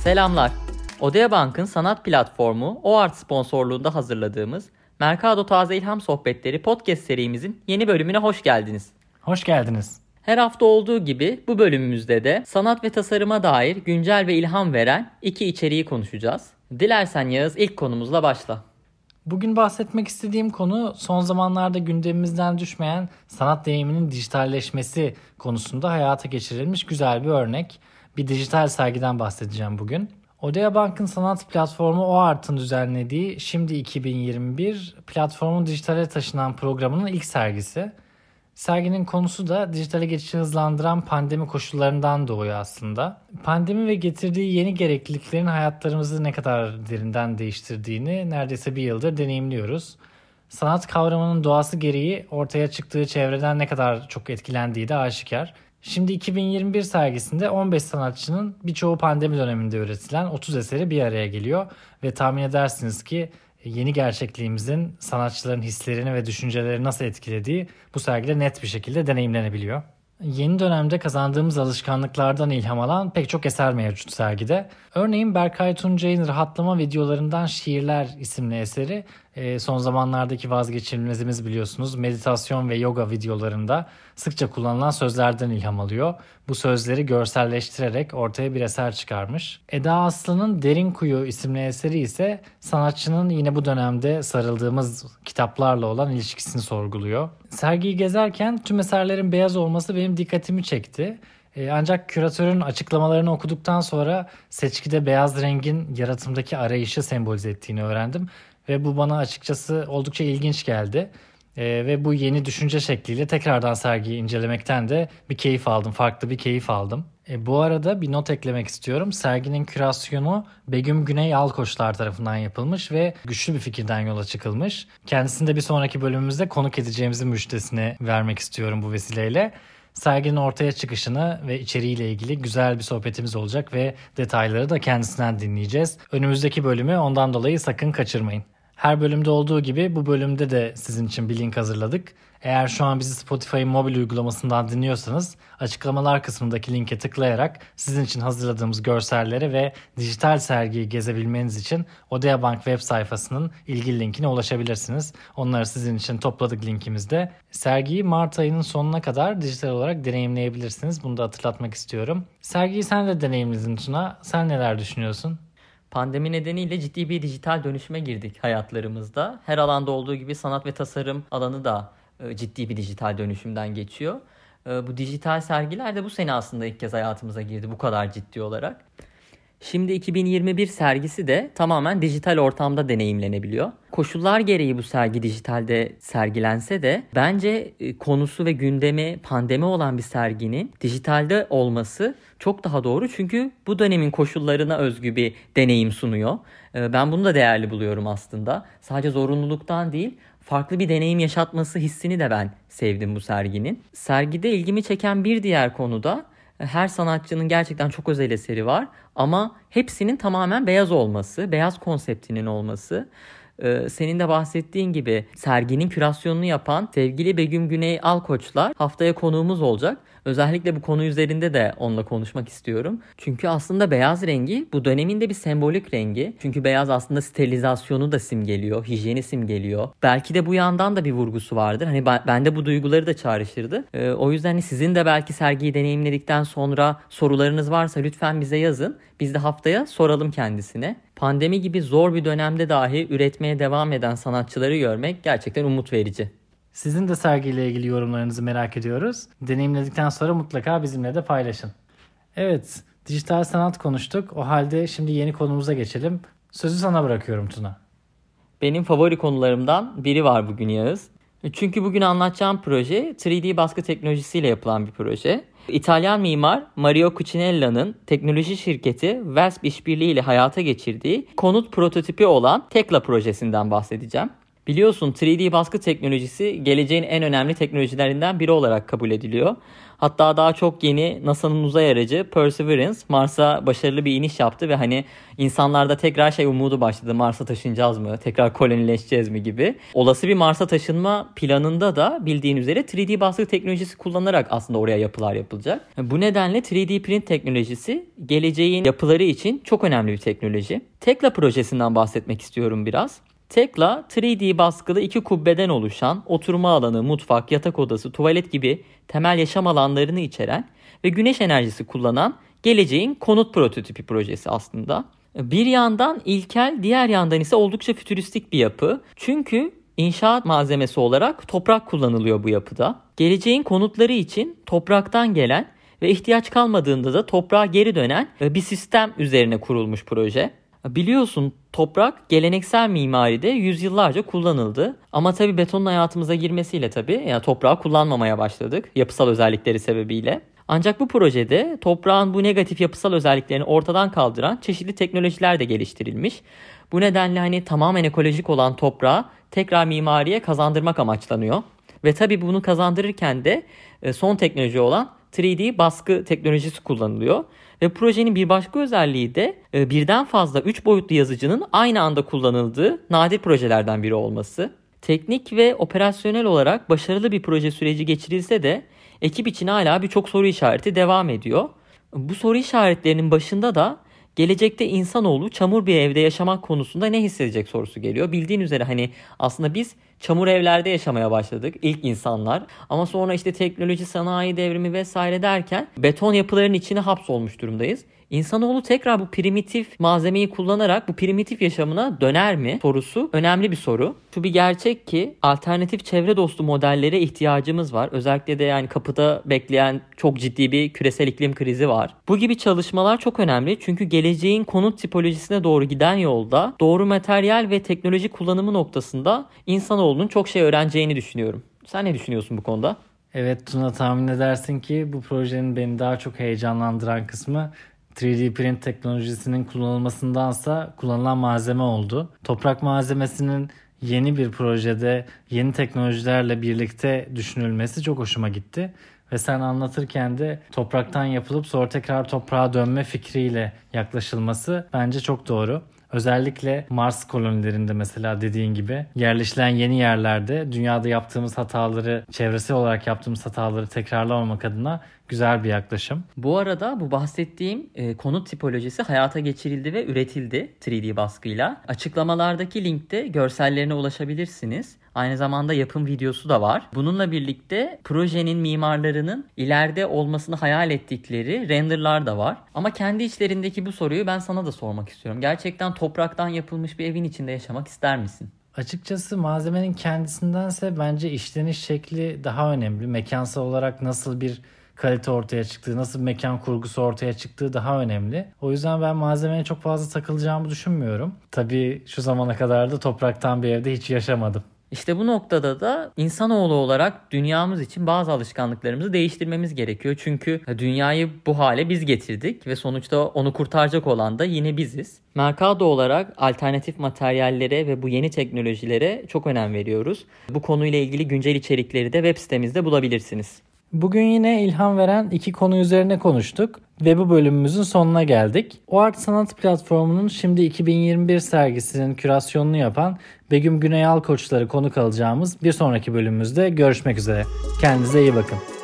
Selamlar. Odea Bank'ın sanat platformu OART sponsorluğunda hazırladığımız Mercado Taze İlham Sohbetleri podcast serimizin yeni bölümüne hoş geldiniz. Hoş geldiniz. Her hafta olduğu gibi bu bölümümüzde de sanat ve tasarıma dair güncel ve ilham veren iki içeriği konuşacağız. Dilersen Yağız ilk konumuzla başla. Bugün bahsetmek istediğim konu son zamanlarda gündemimizden düşmeyen sanat deneyiminin dijitalleşmesi konusunda hayata geçirilmiş güzel bir örnek. Bir dijital sergiden bahsedeceğim bugün. Odea Bank'ın sanat platformu OART'ın düzenlediği Şimdi 2021 platformun dijitale taşınan programının ilk sergisi. Serginin konusu da dijitale geçişi hızlandıran pandemi koşullarından doğuyor aslında. Pandemi ve getirdiği yeni gerekliliklerin hayatlarımızı ne kadar derinden değiştirdiğini neredeyse bir yıldır deneyimliyoruz. Sanat kavramının doğası gereği ortaya çıktığı çevreden ne kadar çok etkilendiği de aşikar. Şimdi 2021 sergisinde 15 sanatçının birçoğu pandemi döneminde üretilen 30 eseri bir araya geliyor ve tahmin edersiniz ki yeni gerçekliğimizin sanatçıların hislerini ve düşünceleri nasıl etkilediği bu sergide net bir şekilde deneyimlenebiliyor. Yeni dönemde kazandığımız alışkanlıklardan ilham alan pek çok eser mevcut sergide. Örneğin Berkay Tuncay'ın Rahatlama Videolarından Şiirler isimli eseri son zamanlardaki vazgeçilmezimiz biliyorsunuz. Meditasyon ve yoga videolarında sıkça kullanılan sözlerden ilham alıyor. Bu sözleri görselleştirerek ortaya bir eser çıkarmış. Eda Aslı'nın Derin Kuyu isimli eseri ise sanatçının yine bu dönemde sarıldığımız kitaplarla olan ilişkisini sorguluyor. Sergiyi gezerken tüm eserlerin beyaz olması benim dikkatimi çekti. Ancak küratörün açıklamalarını okuduktan sonra seçkide beyaz rengin yaratımdaki arayışı sembolize ettiğini öğrendim. Ve bu bana açıkçası oldukça ilginç geldi. Ve bu yeni düşünce şekliyle tekrardan sergiyi incelemekten de bir keyif aldım. Farklı bir keyif aldım. Bu arada bir not eklemek istiyorum. Serginin kürasyonu Begüm Güney Alkoçlar tarafından yapılmış ve güçlü bir fikirden yola çıkılmış. Kendisini de bir sonraki bölümümüzde konuk edeceğimizin müjdesini vermek istiyorum bu vesileyle. Serginin ortaya çıkışını ve içeriğiyle ilgili güzel bir sohbetimiz olacak ve detayları da kendisinden dinleyeceğiz. Önümüzdeki bölümü ondan dolayı sakın kaçırmayın. Her bölümde olduğu gibi bu bölümde de sizin için bir link hazırladık. Eğer şu an bizi Spotify'ın mobil uygulamasından dinliyorsanız açıklamalar kısmındaki linke tıklayarak sizin için hazırladığımız görselleri ve dijital sergiyi gezebilmeniz için Odea Bank web sayfasının ilgili linkine ulaşabilirsiniz. Onları sizin için topladık linkimizde. Sergiyi Mart ayının sonuna kadar dijital olarak deneyimleyebilirsiniz. Bunu da hatırlatmak istiyorum. Sergiyi sen de deneyimledin Tuna. Sen neler düşünüyorsun? Pandemi nedeniyle ciddi bir dijital dönüşüme girdik hayatlarımızda. Her alanda olduğu gibi sanat ve tasarım alanı da ciddi bir dijital dönüşümden geçiyor. Bu dijital sergiler de bu sene aslında ilk kez hayatımıza girdi bu kadar ciddi olarak. Şimdi 2021 sergisi de tamamen dijital ortamda deneyimlenebiliyor. Koşullar gereği bu sergi dijitalde sergilense de bence konusu ve gündemi pandemi olan bir serginin dijitalde olması çok daha doğru. Çünkü bu dönemin koşullarına özgü bir deneyim sunuyor. Ben bunu da değerli buluyorum aslında. Sadece zorunluluktan değil, farklı bir deneyim yaşatması hissini de ben sevdim bu serginin. Sergide ilgimi çeken bir diğer konu da her sanatçının gerçekten çok özel eseri var ama hepsinin tamamen beyaz olması, beyaz konseptinin olması. Senin de bahsettiğin gibi serginin kürasyonunu yapan sevgili Begüm Güney Alkoçlar haftaya konuğumuz olacak. Özellikle bu konu üzerinde de onunla konuşmak istiyorum. Çünkü aslında beyaz rengi bu dönemin de bir sembolik rengi. Çünkü beyaz aslında sterilizasyonu da simgeliyor, hijyeni simgeliyor. Belki de bu yandan da bir vurgusu vardır. Hani bende bu duyguları da çağrıştırdı. O yüzden sizin de belki sergiyi deneyimledikten sonra sorularınız varsa lütfen bize yazın. Biz de haftaya soralım kendisine. Pandemi gibi zor bir dönemde dahi üretmeye devam eden sanatçıları görmek gerçekten umut verici. Sizin de sergiyle ilgili yorumlarınızı merak ediyoruz. Deneyimledikten sonra mutlaka bizimle de paylaşın. Evet, dijital sanat konuştuk. O halde şimdi yeni konumuza geçelim. Sözü sana bırakıyorum Tuna. Benim favori konularımdan biri var bugün Yağız. Çünkü bugün anlatacağım proje 3D baskı teknolojisiyle yapılan bir proje. İtalyan mimar Mario Cucinella'nın teknoloji şirketi Wesp işbirliği ile hayata geçirdiği konut prototipi olan Tekla projesinden bahsedeceğim. Biliyorsun 3D baskı teknolojisi geleceğin en önemli teknolojilerinden biri olarak kabul ediliyor. Hatta daha çok yeni NASA'nın uzay aracı Perseverance Mars'a başarılı bir iniş yaptı ve hani insanlarda tekrar umudu başladı. Mars'a taşınacağız mı? Tekrar kolonileşeceğiz mi gibi. Olası bir Mars'a taşınma planında da bildiğin üzere 3D baskı teknolojisi kullanarak aslında oraya yapılar yapılacak. Bu nedenle 3D print teknolojisi geleceğin yapıları için çok önemli bir teknoloji. Tekla projesinden bahsetmek istiyorum biraz. Tekla 3D baskılı 2 kubbeden oluşan oturma alanı, mutfak, yatak odası, tuvalet gibi temel yaşam alanlarını içeren ve güneş enerjisi kullanan geleceğin konut prototipi projesi aslında. Bir yandan ilkel, diğer yandan ise oldukça fütüristik bir yapı. Çünkü inşaat malzemesi olarak toprak kullanılıyor bu yapıda. Geleceğin konutları için topraktan gelen ve ihtiyaç kalmadığında da toprağa geri dönen bir sistem üzerine kurulmuş proje. Biliyorsun toprak geleneksel mimaride yüzyıllarca kullanıldı. Ama tabii betonun hayatımıza girmesiyle yani toprağı kullanmamaya başladık yapısal özellikleri sebebiyle. Ancak bu projede toprağın bu negatif yapısal özelliklerini ortadan kaldıran çeşitli teknolojiler de geliştirilmiş. Bu nedenle hani tamamen ekolojik olan toprağı tekrar mimariye kazandırmak amaçlanıyor. Ve tabii bunu kazandırırken de son teknoloji olan 3D baskı teknolojisi kullanılıyor. Ve projenin bir başka özelliği de birden fazla 3 boyutlu yazıcının aynı anda kullanıldığı nadir projelerden biri olması. Teknik ve operasyonel olarak başarılı bir proje süreci geçirilse de ekip için hala birçok soru işareti devam ediyor. Bu soru işaretlerinin başında da gelecekte insanoğlu çamur bir evde yaşamak konusunda ne hissedecek sorusu geliyor. Bildiğin üzere hani aslında biz çamur evlerde yaşamaya başladık ilk insanlar. Ama sonra işte teknoloji, sanayi devrimi vesaire derken beton yapıların içine hapsolmuş durumdayız. İnsanoğlu tekrar bu primitif malzemeyi kullanarak bu primitif yaşamına döner mi sorusu önemli bir soru. Şu bir gerçek ki alternatif çevre dostu modellere ihtiyacımız var. Özellikle de yani kapıda bekleyen çok ciddi bir küresel iklim krizi var. Bu gibi çalışmalar çok önemli çünkü geleceğin konut tipolojisine doğru giden yolda doğru materyal ve teknoloji kullanımı noktasında insanoğlunun çok şey öğreneceğini düşünüyorum. Sen ne düşünüyorsun bu konuda? Evet Tuna, tahmin edersin ki bu projenin beni daha çok heyecanlandıran kısmı 3D print teknolojisinin kullanılmasındansa kullanılan malzeme oldu. Toprak malzemesinin yeni bir projede yeni teknolojilerle birlikte düşünülmesi çok hoşuma gitti. Ve sen anlatırken de topraktan yapılıp sonra tekrar toprağa dönme fikriyle yaklaşılması bence çok doğru. Özellikle Mars kolonilerinde mesela dediğin gibi yerleşilen yeni yerlerde dünyada yaptığımız hataları, çevresel olarak yaptığımız hataları tekrarlamamak adına güzel bir yaklaşım. Bu arada bu bahsettiğim konut tipolojisi hayata geçirildi ve üretildi 3D baskıyla. Açıklamalardaki linkte görsellerine ulaşabilirsiniz. Aynı zamanda yapım videosu da var. Bununla birlikte projenin mimarlarının ileride olmasını hayal ettikleri renderlar da var. Ama kendi içlerindeki bu soruyu ben sana da sormak istiyorum. Gerçekten topraktan yapılmış bir evin içinde yaşamak ister misin? Açıkçası malzemenin kendisindense bence işleniş şekli daha önemli. Mekansal olarak nasıl bir kalite ortaya çıktığı, nasıl bir mekan kurgusu ortaya çıktığı daha önemli. O yüzden ben malzemeye çok fazla takılacağımı düşünmüyorum. Tabii şu zamana kadar da topraktan bir evde hiç yaşamadım. İşte bu noktada da insanoğlu olarak dünyamız için bazı alışkanlıklarımızı değiştirmemiz gerekiyor. Çünkü dünyayı bu hale biz getirdik ve sonuçta onu kurtaracak olan da yine biziz. Mercado olarak alternatif materyallere ve bu yeni teknolojilere çok önem veriyoruz. Bu konuyla ilgili güncel içerikleri de web sitemizde bulabilirsiniz. Bugün yine ilham veren 2 konu üzerine konuştuk ve bu bölümümüzün sonuna geldik. O Art Sanat platformunun şimdi 2021 sergisinin kürasyonunu yapan Begüm Güney Alkoçları konuk alacağımız bir sonraki bölümümüzde görüşmek üzere. Kendinize iyi bakın.